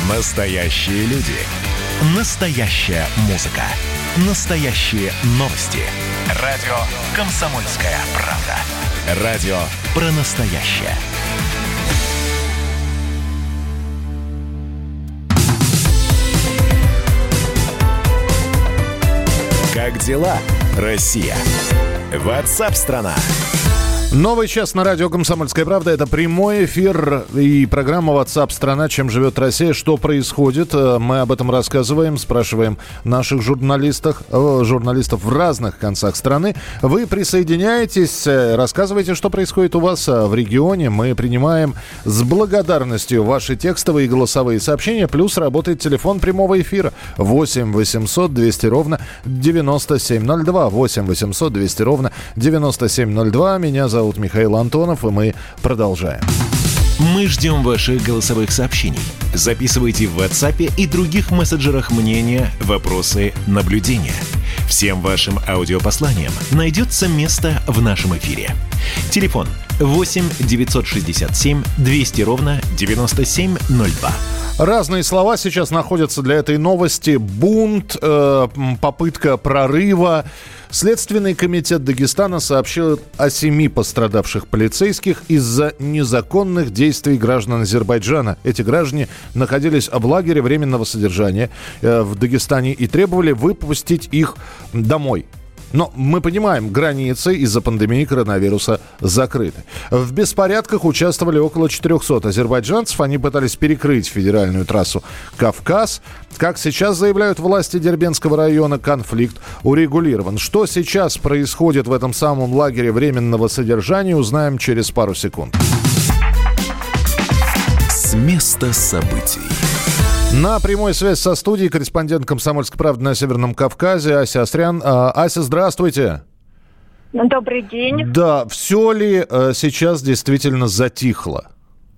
Настоящие люди. Настоящая музыка. Настоящие новости. Радио «Комсомольская правда». Радио про настоящее. Как дела, Россия? WhatsApp-страна. Новый час на радио «Комсомольская правда». Это прямой эфир и программа WhatsApp страна. Чем живет Россия? Что происходит? Мы об этом рассказываем, спрашиваем наших журналистов в разных концах страны. Вы присоединяетесь, рассказывайте, что происходит у вас в регионе. Мы принимаем с благодарностью ваши текстовые и голосовые сообщения. Плюс работает телефон прямого эфира 8 800 200 ровно 9702. 8 800 200 ровно 9702. Меня зовут Михаил Антонов, и мы продолжаем. Мы ждем ваших голосовых сообщений. Записывайте в WhatsApp и других мессенджерах мнения, вопросы, наблюдения. Всем вашим аудиопосланиям найдется место в нашем эфире. Телефон 8 967 200 ровно 9702. Разные слова сейчас находятся для этой новости. Бунт, попытка прорыва. Следственный комитет Дагестана сообщил о 7 пострадавших полицейских из-за незаконных действий граждан Азербайджана. Эти граждане находились в лагере временного содержания в Дагестане и требовали выпустить их домой. Но мы понимаем, границы из-за пандемии коронавируса закрыты. В беспорядках участвовали около 400 азербайджанцев. Они пытались перекрыть федеральную трассу «Кавказ». Как сейчас заявляют власти Дербентского района, конфликт урегулирован. Что сейчас происходит в этом самом лагере временного содержания, узнаем через пару секунд. С места событий. На прямой связи со студией корреспондент «Комсомольской правды» на Северном Кавказе Ася Астрян. Ася, здравствуйте. Добрый день. Да, все ли сейчас действительно затихло?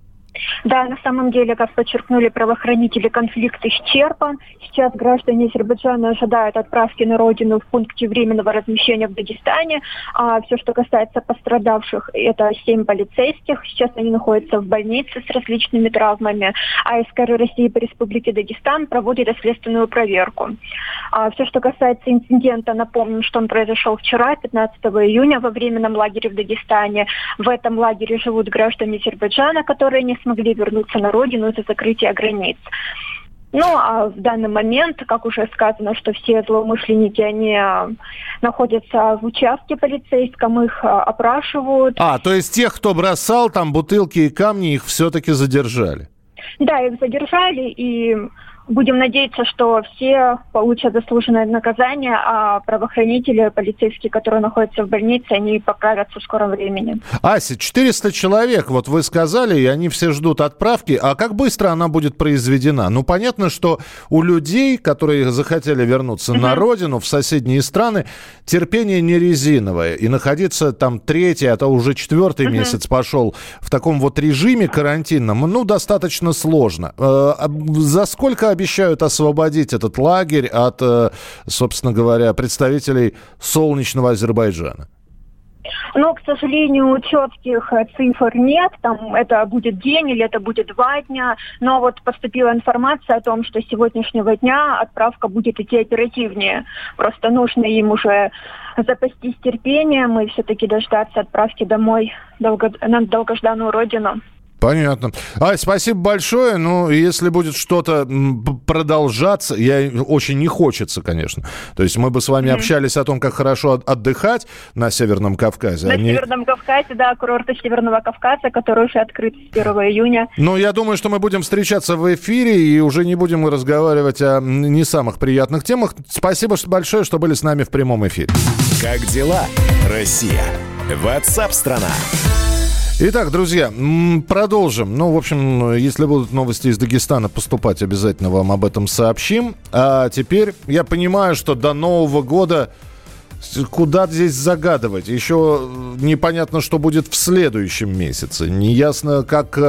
Да, на самом деле, как подчеркнули правоохранители, конфликт исчерпан. Сейчас граждане Азербайджана ожидают отправки на родину в пункте временного размещения в Дагестане. А все, что касается пострадавших, это 7 полицейских. Сейчас они находятся в больнице с различными травмами. А СКР России по Республике Дагестан проводит следственную проверку. Все, что касается инцидента, напомним, что он произошел вчера, 15 июня, во временном лагере в Дагестане. В этом лагере живут граждане Азербайджана, которые не смогли вернуться на родину из-за закрытия границ. Ну, а в данный момент, как уже сказано, что все злоумышленники, они находятся в участке полицейском, их опрашивают. То есть тех, кто бросал там бутылки и камни, их все-таки задержали? Да, их задержали, и будем надеяться, что все получат заслуженное наказание, а правоохранители, полицейские, которые находятся в больнице, они поправятся в скором времени. Ася, 400 человек, вот вы сказали, и они все ждут отправки. А как быстро она будет произведена? Ну, понятно, что у людей, которые захотели вернуться на родину, в соседние страны, терпение не резиновое. И находиться там 3-й, а то уже 4-й месяц пошел в таком вот режиме карантинном, ну, достаточно сложно. За сколько обещают освободить этот лагерь от, собственно говоря, представителей солнечного Азербайджана? Но, к сожалению, четких цифр нет. Там это будет день или это будет 2 дня. Но вот поступила информация о том, что с сегодняшнего дня отправка будет идти оперативнее. Просто нужно им уже запастись терпением и все-таки дождаться отправки домой на долгожданную родину. Понятно. Спасибо большое. Ну, если будет что-то продолжаться, очень не хочется, конечно. То есть мы бы с вами общались о том, как хорошо отдыхать на Северном Кавказе. Северном Кавказе, да, курорты Северного Кавказа, который уже открыт с 1 июня. Ну, я думаю, что мы будем встречаться в эфире и уже не будем разговаривать о не самых приятных темах. Спасибо большое, что были с нами в прямом эфире. Как дела, Россия? WhatsApp-страна. Итак, друзья, продолжим. Ну, в общем, если будут новости из Дагестана поступать, обязательно вам об этом сообщим. А теперь я понимаю, что до Нового года куда здесь загадывать. Еще непонятно, что будет в следующем месяце. Неясно,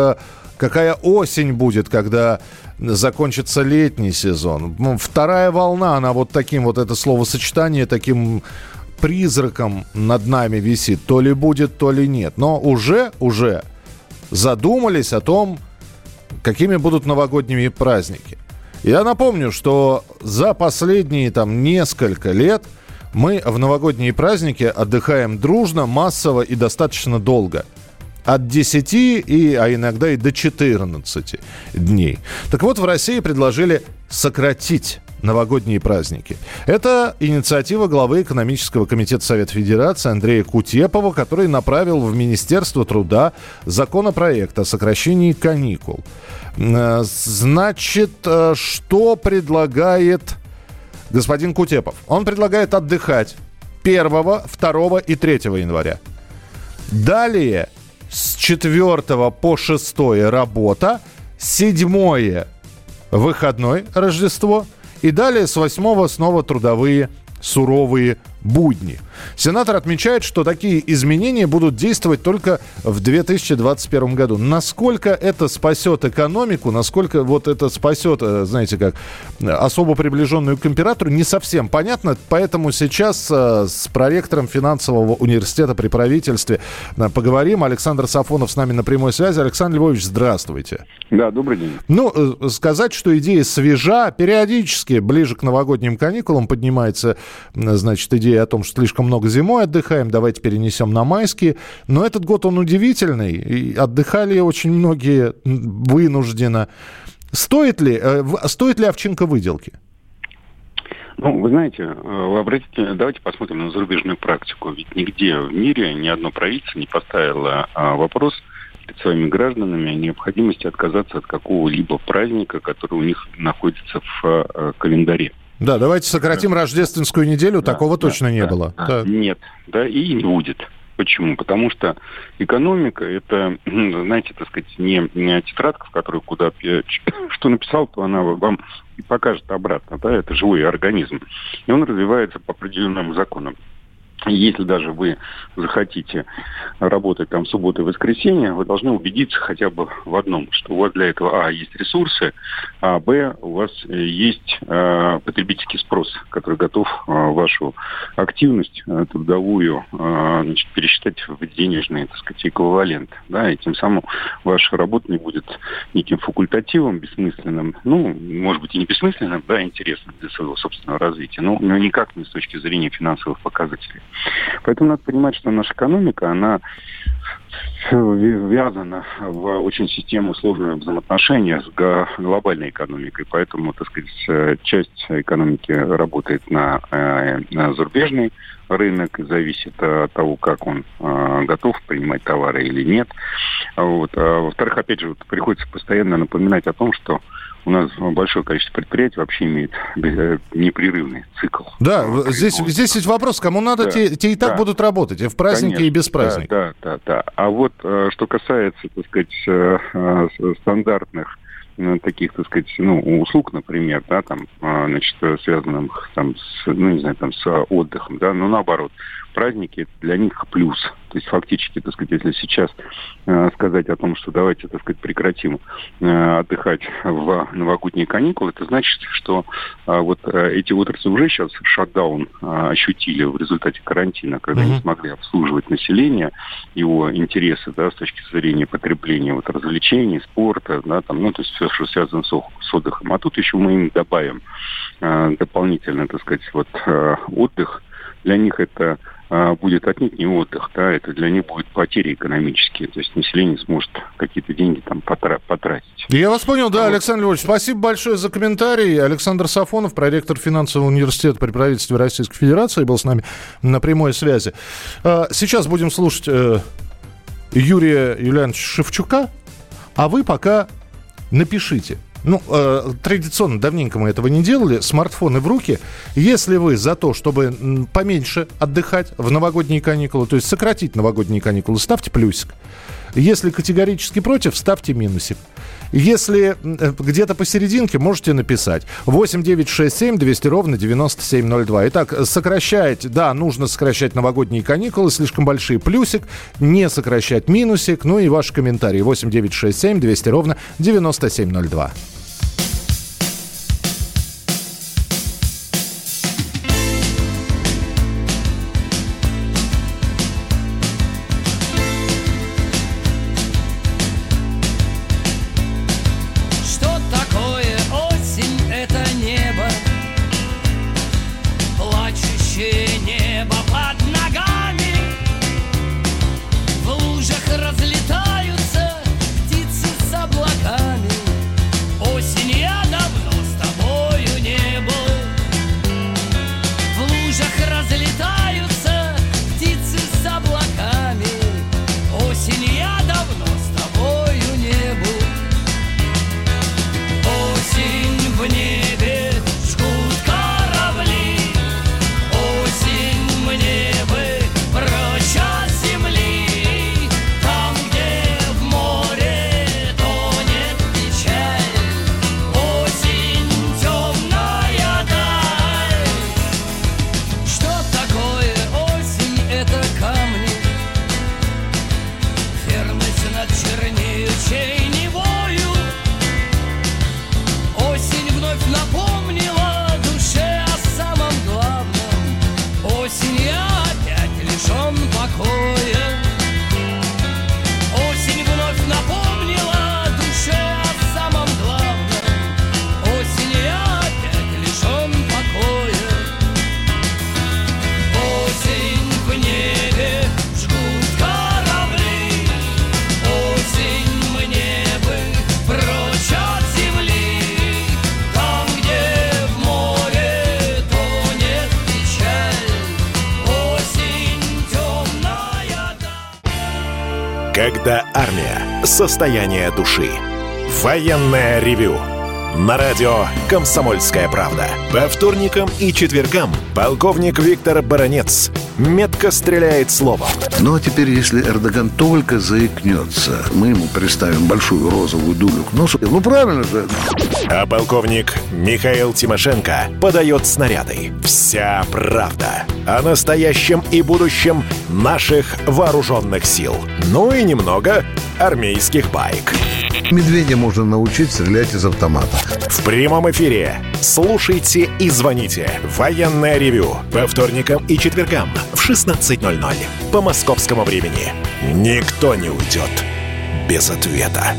какая осень будет, когда закончится летний сезон. Вторая волна, она вот таким вот, это словосочетание, таким призраком над нами висит. То ли будет, то ли нет. Но уже задумались о том, какими будут новогодние праздники. Я напомню, что за последние несколько лет мы в новогодние праздники отдыхаем дружно, массово и достаточно долго. От 10, а иногда и до 14 дней. Так вот, в России предложили сократить новогодние праздники. Это инициатива главы экономического комитета Совета Федерации Андрея Кутепова, который направил в Министерство труда законопроект о сокращении каникул. Значит, что предлагает господин Кутепов? Он предлагает отдыхать 1, 2 и 3 января. Далее с 4 по 6 работа, 7 выходной, Рождество, и далее с 8 снова трудовые суровые будни. Сенатор отмечает, что такие изменения будут действовать только в 2021 году. Насколько это спасет экономику, насколько вот это спасет, знаете как, особо приближенную к императору, не совсем понятно. Поэтому сейчас с проректором финансового университета при правительстве поговорим. Александр Сафонов с нами на прямой связи. Александр Львович, здравствуйте. Да, добрый день. Сказать, что идея свежа, периодически ближе к новогодним каникулам поднимается, значит, идея о том, что слишком много зимой отдыхаем, давайте перенесем на майские. Но этот год он удивительный, и отдыхали очень многие вынужденно. Стоит ли овчинка выделки? Вы знаете, давайте посмотрим на зарубежную практику. Ведь нигде в мире ни одно правительство не поставило вопрос перед своими гражданами о необходимости отказаться от какого-либо праздника, который у них находится в календаре. Да, давайте сократим рождественскую неделю, такого точно не было. Нет, и не будет. Почему? Потому что экономика – это, знаете, так сказать, не тетрадка, в которой куда что написал, то она вам и покажет обратно. Да? Это живой организм. И он развивается по определенным законам. Если даже вы захотите работать в субботу и воскресенье, вы должны убедиться хотя бы в одном, что у вас для этого, есть ресурсы, а, б, у вас есть потребительский спрос, который готов вашу активность трудовую пересчитать в денежный, так сказать, эквивалент. Да, и тем самым ваша работа не будет неким факультативом, бессмысленным, может быть, и не бессмысленным, интересным для своего собственного развития, но никак не с точки зрения финансовых показателей. Поэтому надо понимать, что наша экономика, она ввязана в очень систему сложных взаимоотношений с глобальной экономикой. Поэтому, так сказать, часть экономики работает на зарубежный рынок, зависит от того, как он готов принимать товары или нет. А во-вторых, опять же, приходится постоянно напоминать о том, что у нас большое количество предприятий вообще имеет непрерывный цикл. Да, здесь ведь вопрос, кому надо, те и так будут работать, и в праздники, конечно, и без праздника. Да. А вот что касается, так сказать, стандартных таких, так сказать, услуг, например, связанных с отдыхом, наоборот, праздники для них плюс. То есть фактически, так сказать, если сейчас сказать о том, что давайте, так сказать, прекратим отдыхать в новогодние каникулы, это значит, что эти отрасли уже сейчас шатдаун ощутили в результате карантина, когда не смогли обслуживать население, его интересы, с точки зрения потребления развлечений, спорта, то есть все, что связано с отдыхом. А тут еще мы им добавим дополнительно, так сказать, отдых. Для них это будет отнюдь не отдых, это для них будет потери экономические. То есть население сможет какие-то деньги потратить. Я вас понял, да, Александр Львович. Спасибо большое за комментарий. Александр Сафонов, проректор финансового университета при правительстве Российской Федерации, был с нами на прямой связи. Сейчас будем слушать Юрия Юлиановича Шевчука, а вы пока напишите. Традиционно, давненько мы этого не делали, смартфоны в руки. Если вы за то, чтобы поменьше отдыхать в новогодние каникулы, то есть сократить новогодние каникулы, ставьте плюсик. Если категорически против, ставьте минусик. Если где-то посерединке, можете написать 8-967-200-97-02. Итак, нужно сокращать новогодние каникулы, слишком большие, плюсик, не сокращать, минусик, и ваши комментарии 8-967-200-97-02. Когда армия. Состояние души. Военное ревю. На радио «Комсомольская правда». По вторникам и четвергам полковник Виктор Баранец метко стреляет словом. Ну а теперь, если Эрдоган только заикнется, мы ему приставим большую розовую дулю к носу. Ну правильно же. А полковник Михаил Тимошенко подает снаряды. Вся правда о настоящем и будущем наших вооруженных сил. Ну и немного армейских баек. Медведя можно научить стрелять из автомата. В прямом эфире. Слушайте и звоните. Военное ревю. По вторникам и четвергам в 16:00 по московскому времени. Никто не уйдет без ответа.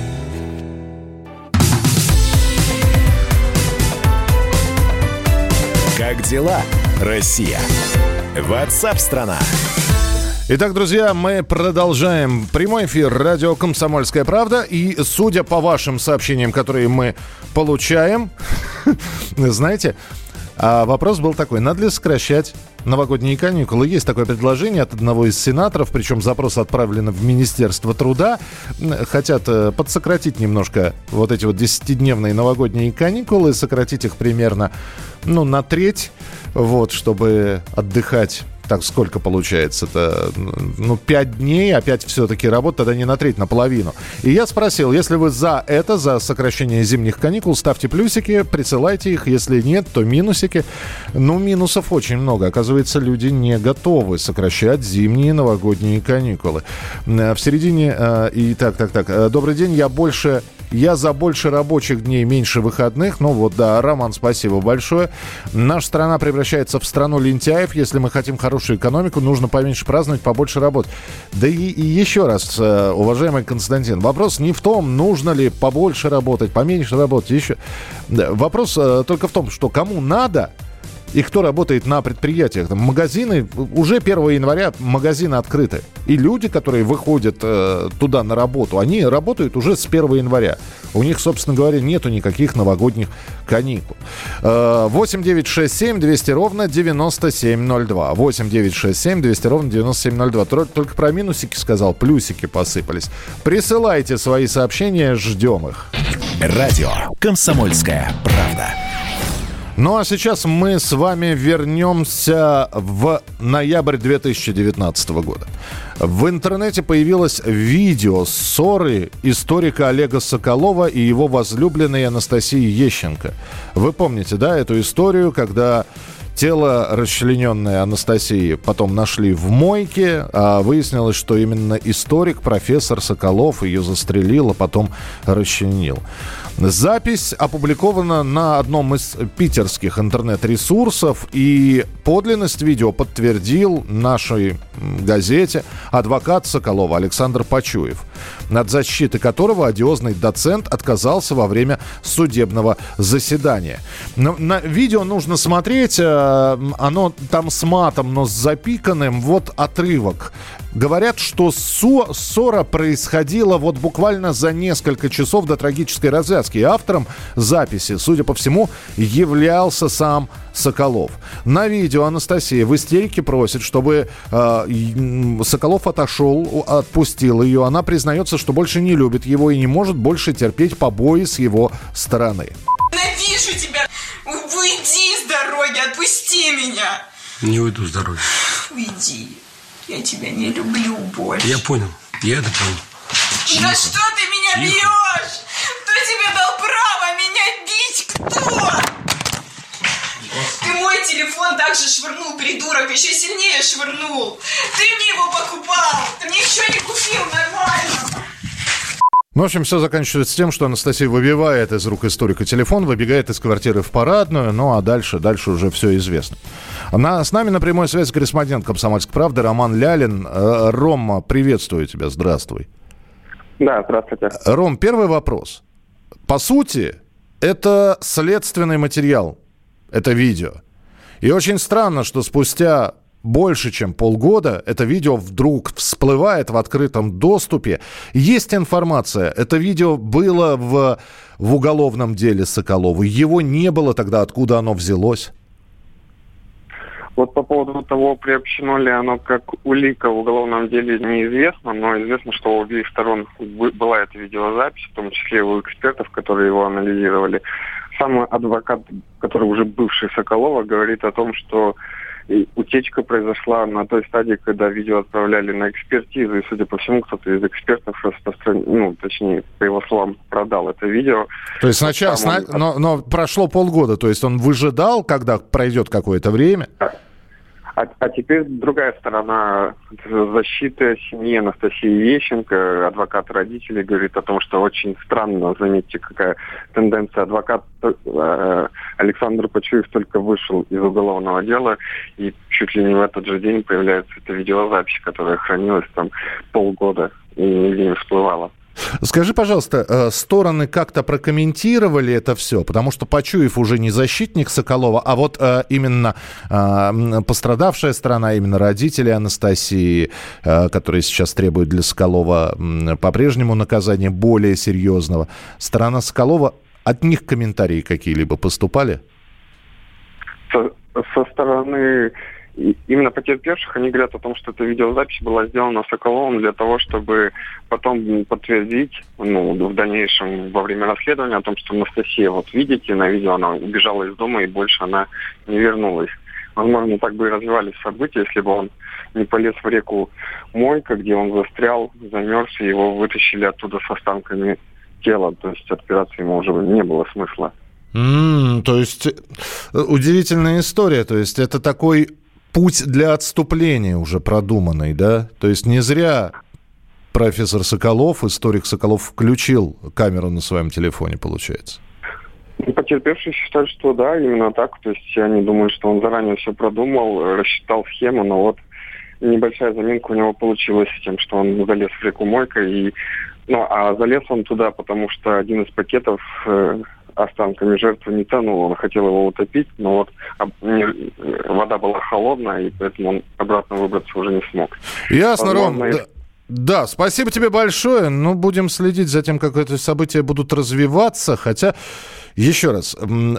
Как дела, Россия? WhatsApp-страна. Итак, друзья, мы продолжаем прямой эфир радио «Комсомольская правда». И судя по вашим сообщениям, которые мы получаем, знаете, вопрос был такой: надо ли сокращать новогодние каникулы? Есть такое предложение от одного из сенаторов, причем запрос отправлен в Министерство труда. Хотят подсократить немножко вот эти вот 10-дневные новогодние каникулы, сократить их примерно, на треть, вот, чтобы отдыхать. Так, сколько получается-то? 5 дней, опять все-таки работа, тогда не на треть, наполовину. И я спросил, если вы за сокращение зимних каникул, ставьте плюсики, присылайте их. Если нет, то минусики. Минусов очень много. Оказывается, люди не готовы сокращать зимние новогодние каникулы. В середине... Так. Добрый день, я за больше рабочих дней, меньше выходных. Роман, спасибо большое. Наша страна превращается в страну лентяев. Если мы хотим хорошую экономику, нужно поменьше праздновать, побольше работать. Да и еще раз, уважаемый Константин, вопрос не в том, нужно ли побольше работать, поменьше работать. Еще. Вопрос только в том, что кому надо и кто работает на предприятиях. Там магазины, уже 1 января магазины открыты. И люди, которые выходят туда на работу, они работают уже с 1 января. У них, собственно говоря, нету никаких новогодних каникул. 8 9 6 7 200 ровно 9702. 8 9 6 7 200 ровно 9702. Только про минусики сказал, плюсики посыпались. Присылайте свои сообщения, ждем их. Радио «Комсомольская правда». Ну а сейчас мы с вами вернемся в ноябрь 2019 года. В интернете появилось видео ссоры историка Олега Соколова и его возлюбленной Анастасии Ещенко. Вы помните, да, эту историю, когда тело расчлененной Анастасии потом нашли в мойке, а выяснилось, что именно историк, профессор Соколов ее застрелил, а потом расчленил. Запись опубликована на одном из питерских интернет-ресурсов, и подлинность видео подтвердил нашей газете адвокат Соколова Александр Почуев, от защиты которого одиозный доцент отказался во время судебного заседания. На видео нужно смотреть, оно там с матом, но с запиканным. Вот отрывок. Говорят, что ссора происходила вот буквально за несколько часов до трагической развязки. И автором записи, судя по всему, являлся сам Соколов. На видео Анастасия в истерике просит, чтобы Соколов отошел, отпустил ее. Она признается, что больше не любит его и не может больше терпеть побои с его стороны. Ненавижу тебя! Уйди с дороги, отпусти меня! Не уйду с дороги. Уйди. Я тебя не люблю больше. Я понял. Я это понял. Да что ты меня бьешь? Кто тебе дал право меня бить? Кто? Ты мой телефон также швырнул, придурок, еще сильнее швырнул. Ты мне его покупал. Ты мне еще не купил нормально. В общем, все заканчивается тем, что Анастасия выбивает из рук историка телефон, выбегает из квартиры в парадную, ну а дальше уже все известно. С нами на прямой связи корреспондент «Комсомольской правды» Роман Лялин. Рома, приветствую тебя, здравствуй. Да, здравствуйте. Ром, первый вопрос. По сути, это следственный материал, это видео. И очень странно, что спустя больше чем полгода это видео вдруг всплывает в открытом доступе. Есть информация, это видео было в уголовном деле Соколова. Его не было тогда, откуда оно взялось? Вот по поводу того, приобщено ли оно как улика в уголовном деле, неизвестно, но известно, что у обеих сторон была эта видеозапись, в том числе у экспертов, которые его анализировали. Сам адвокат, который уже бывший Соколова, говорит о том, что утечка произошла на той стадии, когда видео отправляли на экспертизу, и, судя по всему, кто-то из экспертов распространил, точнее, по его словам, продал это видео. То есть сначала, но прошло полгода, то есть он выжидал, когда пройдет какое-то время? А теперь другая сторона защиты семьи Анастасии Ещенко, адвокат родителей, говорит о том, что очень странно, заметьте, какая тенденция. Адвокат Александр Почуев только вышел из уголовного дела, и чуть ли не в этот же день появляется эта видеозапись, которая хранилась там полгода и нигде не всплывала. Скажи, пожалуйста, стороны как-то прокомментировали это все? Потому что Почуев уже не защитник Соколова, а вот именно пострадавшая сторона, именно родители Анастасии, которые сейчас требуют для Соколова по-прежнему наказания более серьезного. Сторона Соколова, от них комментарии какие-либо поступали? Со стороны... Именно потерпевших они говорят о том, что эта видеозапись была сделана Соколовым для того, чтобы потом подтвердить, в дальнейшем, во время расследования, о том, что Анастасия, вот видите, на видео она убежала из дома и больше она не вернулась. Возможно, так бы и развивались события, если бы он не полез в реку Мойка, где он застрял, замерз, и его вытащили оттуда с останками тела. То есть отпираться ему уже не было смысла. То есть удивительная история. То есть это такой... путь для отступления уже продуманный, да? То есть не зря профессор Соколов, историк Соколов, включил камеру на своем телефоне, получается. Потерпевшие считают, что да, именно так. То есть они думают, что он заранее все продумал, рассчитал схему, но вот небольшая заминка у него получилась с тем, что он залез в реку Мойка. А залез он туда, потому что один из пакетов... останками жертвы не тонул, он хотел его утопить, но вот вода была холодная, и поэтому он обратно выбраться уже не смог. Ясно, Ром. Да, спасибо тебе большое. Будем следить за тем, как эти события будут развиваться. Хотя, еще раз.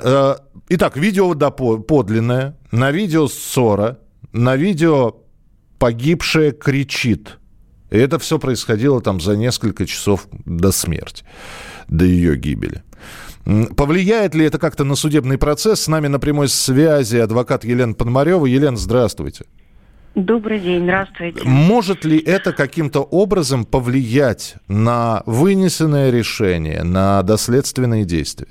Итак, видео подлинное. На видео ссора. На видео погибшая кричит. И это все происходило там за несколько часов до смерти, до ее гибели. Повлияет ли это как-то на судебный процесс? С нами на прямой связи адвокат Елена Пономарева. Елена, здравствуйте. Добрый день, здравствуйте. Может ли это каким-то образом повлиять на вынесенное решение, на доследственные действия?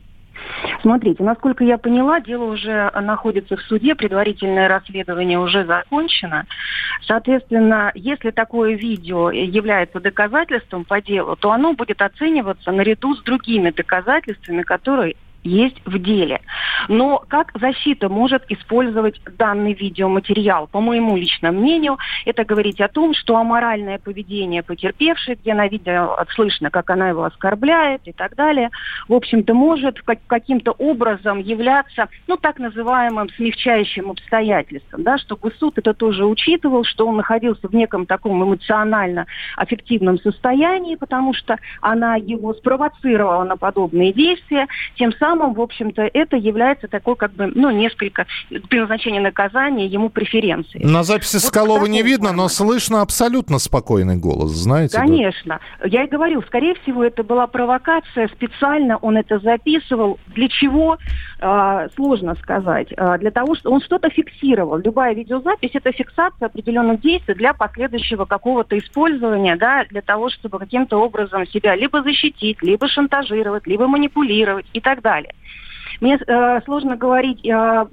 Смотрите, насколько я поняла, дело уже находится в суде, предварительное расследование уже закончено. Соответственно, если такое видео является доказательством по делу, то оно будет оцениваться наряду с другими доказательствами, которые есть в деле. Но как защита может использовать данный видеоматериал? По моему личному мнению, это говорить о том, что аморальное поведение потерпевшей, где на видео слышно, как она его оскорбляет и так далее, в общем-то, может каким-то образом являться, так называемым смягчающим обстоятельством, да, чтобы суд это тоже учитывал, что он находился в неком таком эмоционально-аффективном состоянии, потому что она его спровоцировала на подобные действия, тем самым, в общем-то, это является такой, несколько при назначении наказания ему преференцией. На записи Соколова не видно, но слышно абсолютно спокойный голос, знаете? Конечно. Да? Я и говорю, скорее всего, это была провокация, специально он это записывал. Для чего? Сложно сказать. Для того, что он что-то фиксировал. Любая видеозапись – это фиксация определенных действий для последующего какого-то использования, да, для того, чтобы каким-то образом себя либо защитить, либо шантажировать, либо манипулировать и так далее. Мне сложно говорить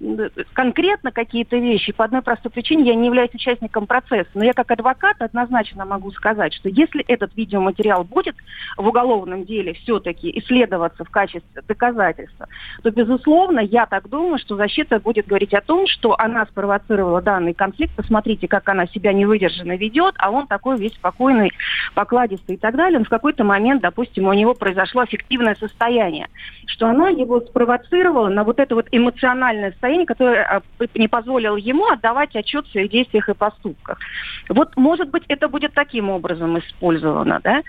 конкретно какие-то вещи по одной простой причине. Я не являюсь участником процесса. Но я как адвокат однозначно могу сказать, что если этот видеоматериал будет в уголовном деле все-таки исследоваться в качестве доказательства, то, безусловно, я так думаю, что защита будет говорить о том, что она спровоцировала данный конфликт. Посмотрите, как она себя невыдержанно ведет, а он такой весь спокойный, покладистый и так далее. Но в какой-то момент, допустим, у него произошло аффективное состояние, что она его спровоцировала на вот это вот эмоциональное состояние, которое не позволило ему отдавать отчет в своих действиях и поступках. Вот, может быть, это будет таким образом использовано, да?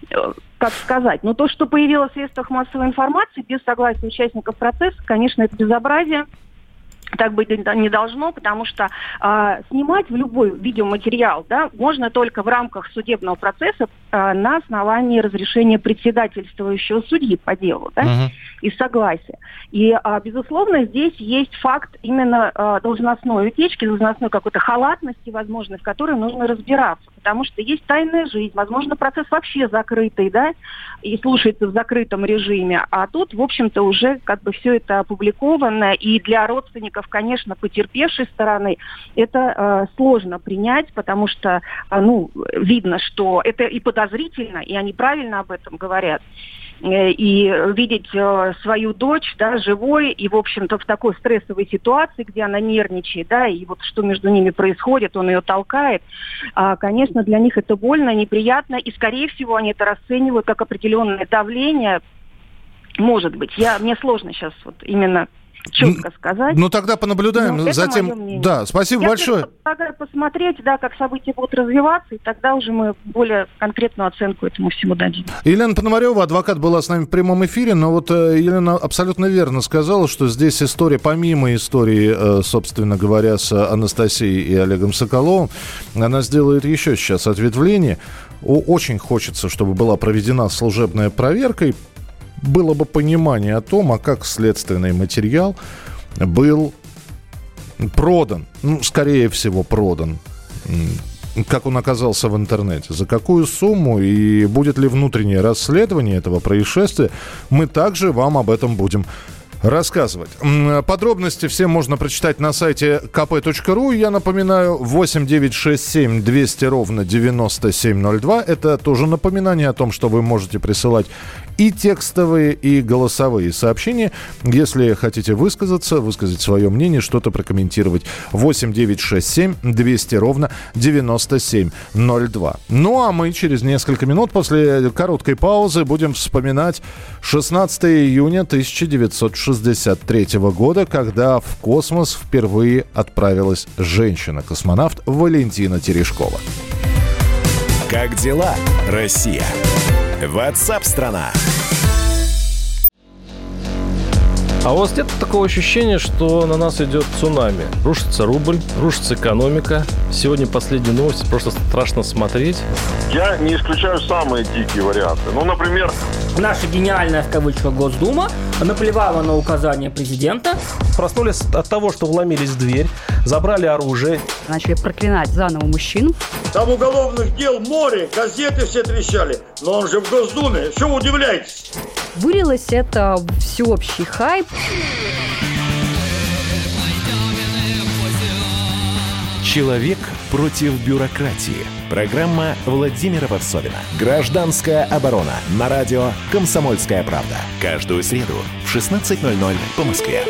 Как сказать? Но то, что появилось в средствах массовой информации без согласия участников процесса, конечно, это безобразие. Так быть не должно, потому что снимать в любой видеоматериал, да, можно только в рамках судебного процесса на основании разрешения председательствующего судьи по делу, да, и согласия. И, безусловно, здесь есть факт именно должностной утечки, должностной какой-то халатности, возможно, в которой нужно разбираться, потому что есть тайная жизнь, возможно, процесс вообще закрытый, да, и слушается в закрытом режиме, а тут, в общем-то, уже как бы все это опубликовано, и для родственников, конечно, потерпевшей стороны это сложно принять, потому что, видно, что это и подозрительно, и они правильно об этом говорят. И видеть свою дочь, да, живой, и, в общем-то, в такой стрессовой ситуации, где она нервничает, да, и вот что между ними происходит, он ее толкает, конечно, для них это больно, неприятно, и, скорее всего, они это расценивают как определенное давление. Может быть, мне сложно сейчас вот именно четко сказать. Ну, тогда понаблюдаем. Затем, да, спасибо большое. Тогда посмотреть, да, как события будут развиваться, и тогда уже мы более конкретную оценку этому всему дадим. Елена Пономарева, адвокат, была с нами в прямом эфире, но вот Елена абсолютно верно сказала, что здесь история, помимо истории, собственно говоря, с Анастасией и Олегом Соколовым, она сделает еще сейчас ответвление. Очень хочется, чтобы была проведена служебная проверка, и было бы понимание о том, как следственный материал был продан, скорее всего, продан, как он оказался в интернете, за какую сумму и будет ли внутреннее расследование этого происшествия, мы также вам об этом будем рассказывать. Подробности все можно прочитать на сайте kp.ru. Я напоминаю, 8 967 200 ровно 9702. Это тоже напоминание о том, что вы можете присылать и текстовые, и голосовые сообщения. Если хотите высказаться, высказать свое мнение, что-то прокомментировать. 8 967 200 ровно 9702. Ну, а мы через несколько минут после короткой паузы будем вспоминать 16 июня 1963 года, когда в космос впервые отправилась женщина-космонавт Валентина Терешкова. Как дела, Россия? WhatsApp-страна. А у вас нет такого ощущения, что на нас идет цунами? Рушится рубль, рушится экономика. Сегодня последние новости, просто страшно смотреть. Я не исключаю самые дикие варианты. Ну, например... Наша гениальная, в кавычках, Госдума наплевала на указания президента. Проснулись от того, что вломились в дверь, забрали оружие. Начали проклинать заново мужчин. Там уголовных дел море, газеты все трещали. Но он же в Госдуме, что вы удивляетесь? Вылилось это в всеобщий хайп. Человек против бюрократии. Программа Владимира Варсовина. Гражданская оборона. На радио «Комсомольская правда». Каждую среду в 16:00 по Москве.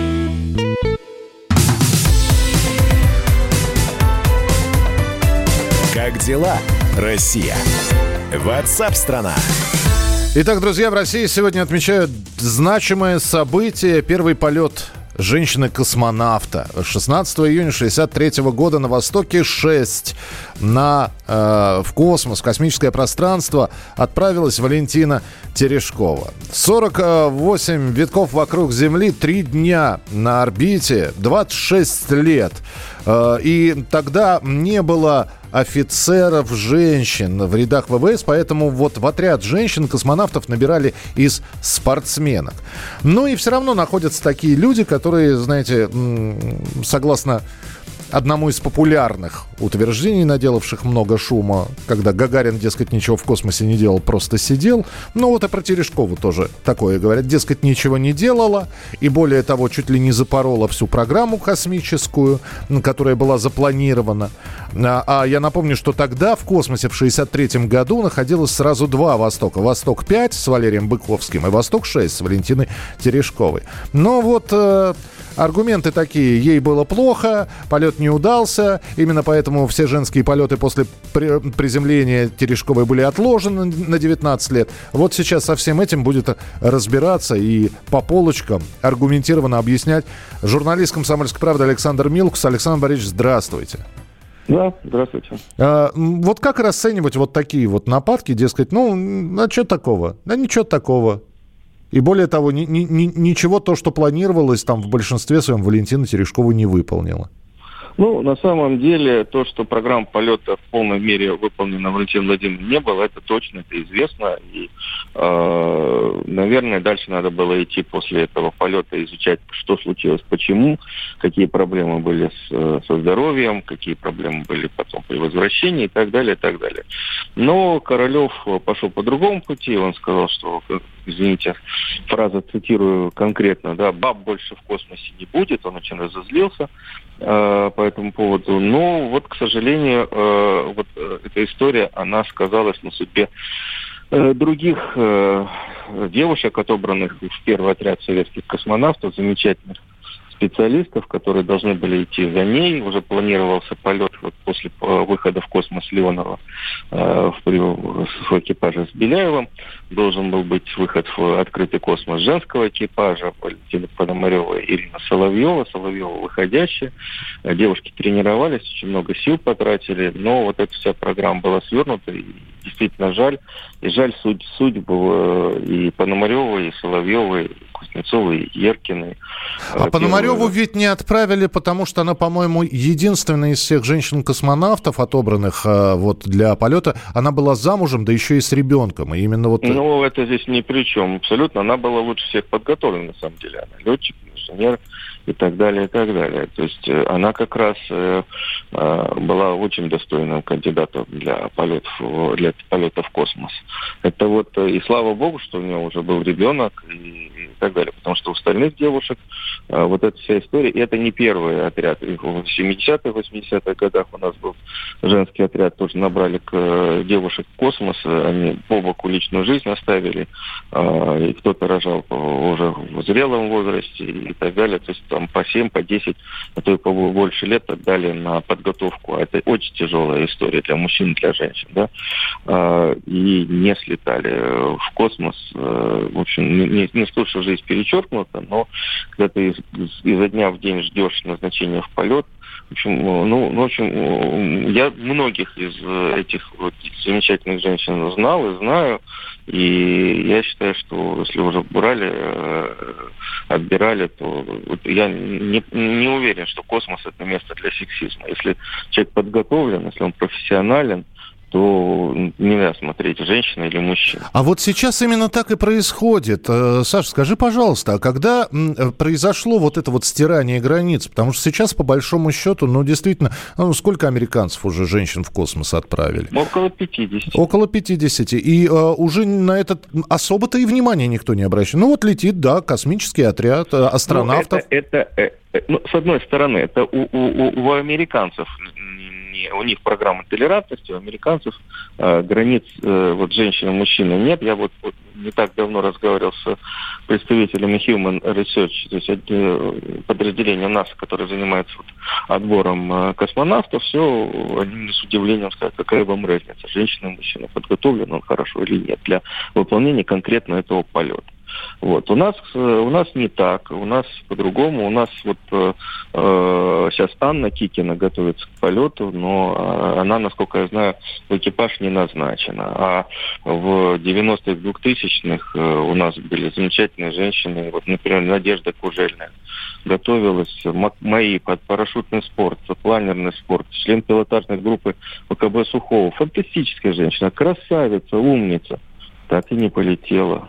Как дела, Россия? WhatsApp-страна. Итак, друзья, в России сегодня отмечают значимое событие. Первый полет женщины-космонавта. 16 июня 1963 года на Востоке-6 в космос, в космическое пространство отправилась Валентина Терешкова. 48 витков вокруг Земли, 3 дня на орбите, 26 лет. И тогда не было офицеров женщин в рядах ВВС, поэтому вот в отряд женщин-космонавтов набирали из спортсменок. Ну и все равно находятся такие люди, которые, знаете, согласно одному из популярных утверждений, наделавших много шума, когда Гагарин, дескать, ничего в космосе не делал, просто сидел. Ну вот и про Терешкову тоже такое говорят. Дескать, ничего не делала, и более того, чуть ли не запорола всю программу космическую, которая была запланирована. А я напомню, что тогда в космосе в 1963 году находилось сразу 2 «Востока». «Восток-5» с Валерием Быковским и «Восток-6» с Валентиной Терешковой. Но вот... аргументы такие: ей было плохо, полет не удался, именно поэтому все женские полеты после приземления Терешковой были отложены на 19 лет. Вот сейчас со всем этим будет разбираться и по полочкам аргументированно объяснять журналист «Комсомольской правды» Александр Милкус. Александр Борисович, здравствуйте. Да, здравствуйте. Вот как расценивать вот такие вот нападки, дескать, а что такого? Да ничего такого. И более того, ничего то, что планировалось там в большинстве своем, Валентина Терешкова не выполнила. Ну, на самом деле, то, что программа полета в полной мере выполнена Валентином Владимировичем не было, это точно, это известно. И, наверное, дальше надо было идти после этого полета, изучать, что случилось, почему, какие проблемы были со здоровьем, какие проблемы были потом при возвращении и так далее, и так далее. Но Королев пошел по другому пути, он сказал, что, извините, фраза, цитирую конкретно, да, баб больше в космосе не будет, он очень разозлился по этому поводу. Но вот, к сожалению, вот эта история, она сказалась на судьбе других девушек, отобранных в первый отряд советских космонавтов, замечательных специалистов, которые должны были идти за ней. Уже планировался полет вот после выхода в космос Леонова в экипаже с Беляевым. Должен был быть выход в открытый космос женского экипажа. Валентина Пономарева и Ирина Соловьева. Соловьева выходящая. Девушки тренировались, очень много сил потратили, но вот эта вся программа была свернута. И действительно жаль. И жаль судьбу и Пономарева, и Соловьева, и Кузнецова, и Еркиной. А Пономареву ведь не отправили, потому что она, по-моему, единственная из всех женщин-космонавтов, отобранных вот для полета, она была замужем, да еще и с ребенком. И именно вот... Ну, это здесь ни при чем. Абсолютно. Она была лучше всех подготовлена, на самом деле. Она летчик, инженер и так далее, и так далее. То есть она как раз была очень достойным кандидатом для полета в космос. Это вот, и слава богу, что у нее уже был ребенок и так далее. Потому что у остальных девушек вот эта вся история, и это не первый отряд. И в 70-х, 80-х годах у нас был женский отряд, тоже набрали девушек в космос, они по боку личную жизнь оставили, и кто-то рожал уже в зрелом возрасте и так далее. То есть там по 7, по 10, а то и по больше лет отдали на подготовку. Это очень тяжелая история для мужчин и для женщин, да, и не слетали в космос. В общем, не скажу, что жизнь перечеркнута, но когда ты изо дня в день ждешь назначения в полет, в общем, я многих из этих вот замечательных женщин знал и знаю, и я считаю, что если уже брали, отбирали, то вот я не уверен, что космос – это место для сексизма. Если человек подготовлен, если он профессионален, то нельзя смотреть, женщина или мужчина. А вот сейчас именно так и происходит. Саша, скажи, пожалуйста, а когда произошло вот это вот стирание границ? Потому что сейчас, по большому счету, действительно, сколько американцев уже женщин в космос отправили? Около 50. Около 50. И уже на это особо-то и внимания никто не обращает. Ну вот летит, да, космический отряд астронавтов. С одной стороны, это у американцев... У них программа толерантности, у американцев границ вот женщин и мужчин нет. Я вот не так давно разговаривал с представителями Human Research, то есть подразделения НАСА, которое занимается отбором космонавтов. Все, они с удивлением сказали, какая вам разница, женщина и мужчина, подготовлен он хорошо или нет для выполнения конкретно этого полета. Вот. У нас не так, у нас по-другому. У нас вот сейчас Анна Кикина готовится к полету, но она, насколько я знаю, в экипаж не назначена. А в 90-х, 2000-х у нас были замечательные женщины. Вот, например, Надежда Кужельная готовилась, мои под парашютный спорт, планерный спорт, член пилотажной группы ВКБ Сухого. Фантастическая женщина, красавица, умница. Так и не полетела.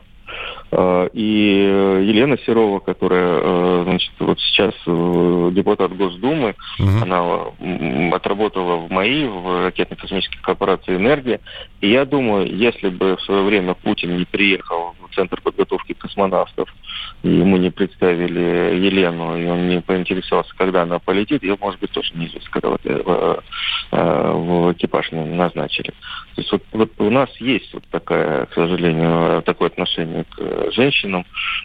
И Елена Серова, которая, значит, вот сейчас депутат Госдумы, она отработала в МАИ, в ракетно-космической корпорации «Энергия». И я думаю, если бы в свое время Путин не приехал в Центр подготовки космонавтов, и ему не представили Елену, и он не поинтересовался, когда она полетит, ее, может быть, тоже неизвестно, когда в экипаж не назначили. То есть вот у нас есть вот такая, к сожалению, такое отношение к женщинам.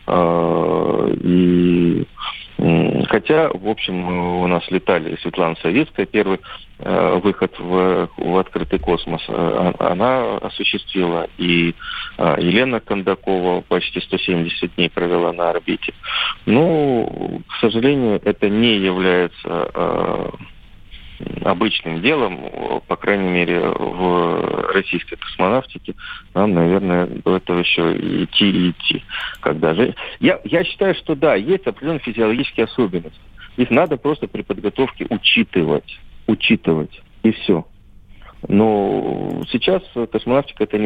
И хотя, в общем, у нас летали Светлана Савицкая, первый выход в открытый космос она осуществила, и Елена Кондакова почти 170 дней провела на орбите. Но, к сожалению, это не является обычным делом, по крайней мере, в российской космонавтике. Нам, наверное, до этого еще идти. Когда же... Я считаю, что да, есть определенные физиологические особенности. Их надо просто при подготовке учитывать, и все. Но сейчас космонавтика — это не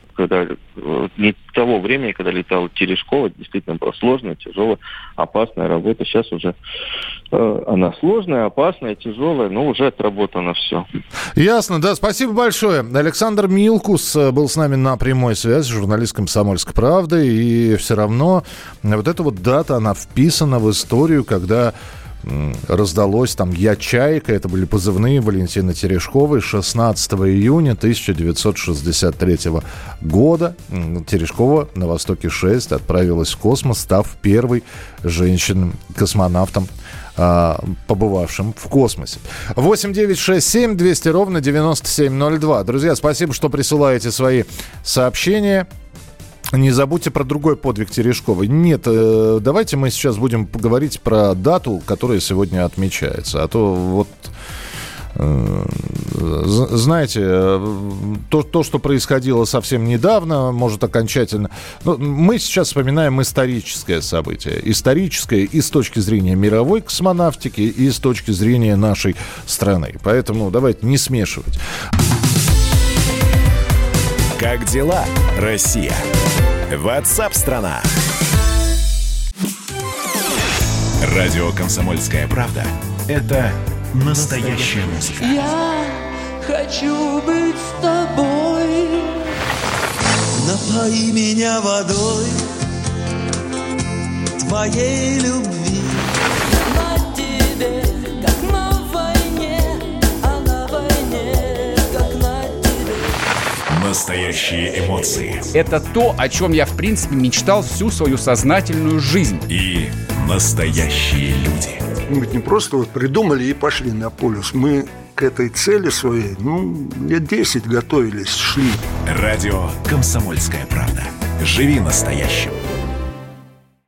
того времени, когда летал Терешкова, действительно была сложная, тяжелая, опасная работа. Сейчас уже она сложная, опасная, тяжелая, но уже отработано все. Ясно, да, спасибо большое. Александр Милкус был с нами на прямой связи, журналист «Комсомольской правды», и все равно вот эта вот дата, она вписана в историю, когда раздалось там «Я Чайка», это были позывные Валентины Терешковой, 16 июня 1963 года. Терешкова на «Востоке-6» отправилась в космос, став первой женщиной-космонавтом, побывавшим в космосе. 8 200 ровно 9702. Друзья, спасибо, что присылаете свои сообщения. Не забудьте про другой подвиг Терешковой. Нет, давайте мы сейчас будем поговорить про дату, которая сегодня отмечается. А то вот, знаете, то, что происходило совсем недавно, может окончательно... Мы сейчас вспоминаем историческое событие. Историческое и с точки зрения мировой космонавтики, и с точки зрения нашей страны. Поэтому давайте не смешивать. Как дела, Россия? WhatsApp-страна. Радио «Комсомольская правда» — это настоящая музыка. Я хочу быть с тобой. Напои меня водой твоей любви. На тебе, как на войне, а на войне, как на тебе. Настоящие эмоции. Это то, о чем я, в принципе, мечтал всю свою сознательную жизнь. И настоящие люди. Мы ведь не просто вот придумали и пошли на полюс. Мы к этой цели своей, лет 10 готовились, шли. Радио «Комсомольская правда». Живи настоящим.